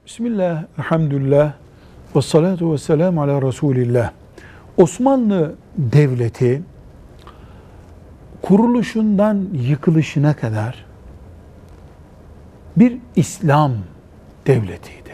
Bismillah, elhamdülillah, ve salatu ve selamu ala Resulillah. Osmanlı Devleti kuruluşundan yıkılışına kadar bir İslam devletiydi.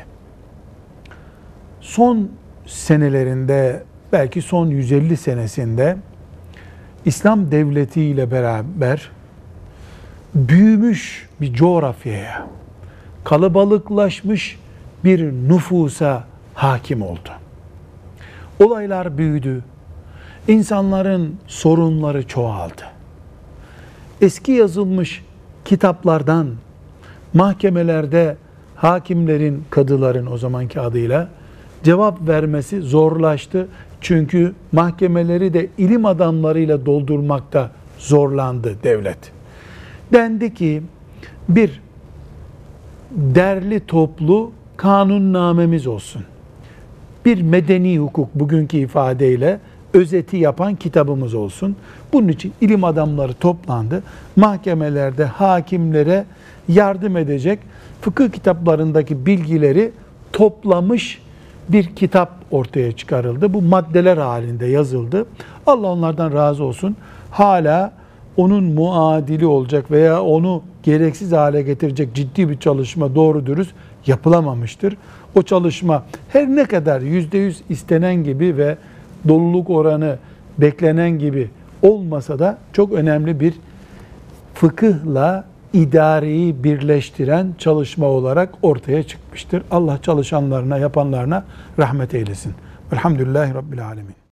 Son senelerinde, belki son 150 senesinde İslam devleti ile beraber büyümüş bir coğrafyaya, kalabalıklaşmış bir nüfusa hakim oldu. Olaylar büyüdü. İnsanların sorunları çoğaldı. Eski yazılmış kitaplardan mahkemelerde hakimlerin, kadıların o zamanki adıyla cevap vermesi zorlaştı. Çünkü mahkemeleri de ilim adamlarıyla doldurmakta zorlandı devlet. Dendi ki bir derli toplu kanunnamemiz olsun. Bir medeni hukuk, bugünkü ifadeyle özeti yapan kitabımız olsun. Bunun için ilim adamları toplandı. Mahkemelerde hakimlere yardım edecek fıkıh kitaplarındaki bilgileri toplamış bir kitap ortaya çıkarıldı. Bu maddeler halinde yazıldı. Allah onlardan razı olsun. Hala onun muadili olacak veya onu gereksiz hale getirecek ciddi bir çalışma doğru dürüst yapılamamıştır. O çalışma her ne kadar %100 istenen gibi ve doluluk oranı beklenen gibi olmasa da çok önemli bir fıkıhla idareyi birleştiren çalışma olarak ortaya çıkmıştır. Allah çalışanlarına, yapanlarına rahmet eylesin. Elhamdülillahi Rabbil Alemin.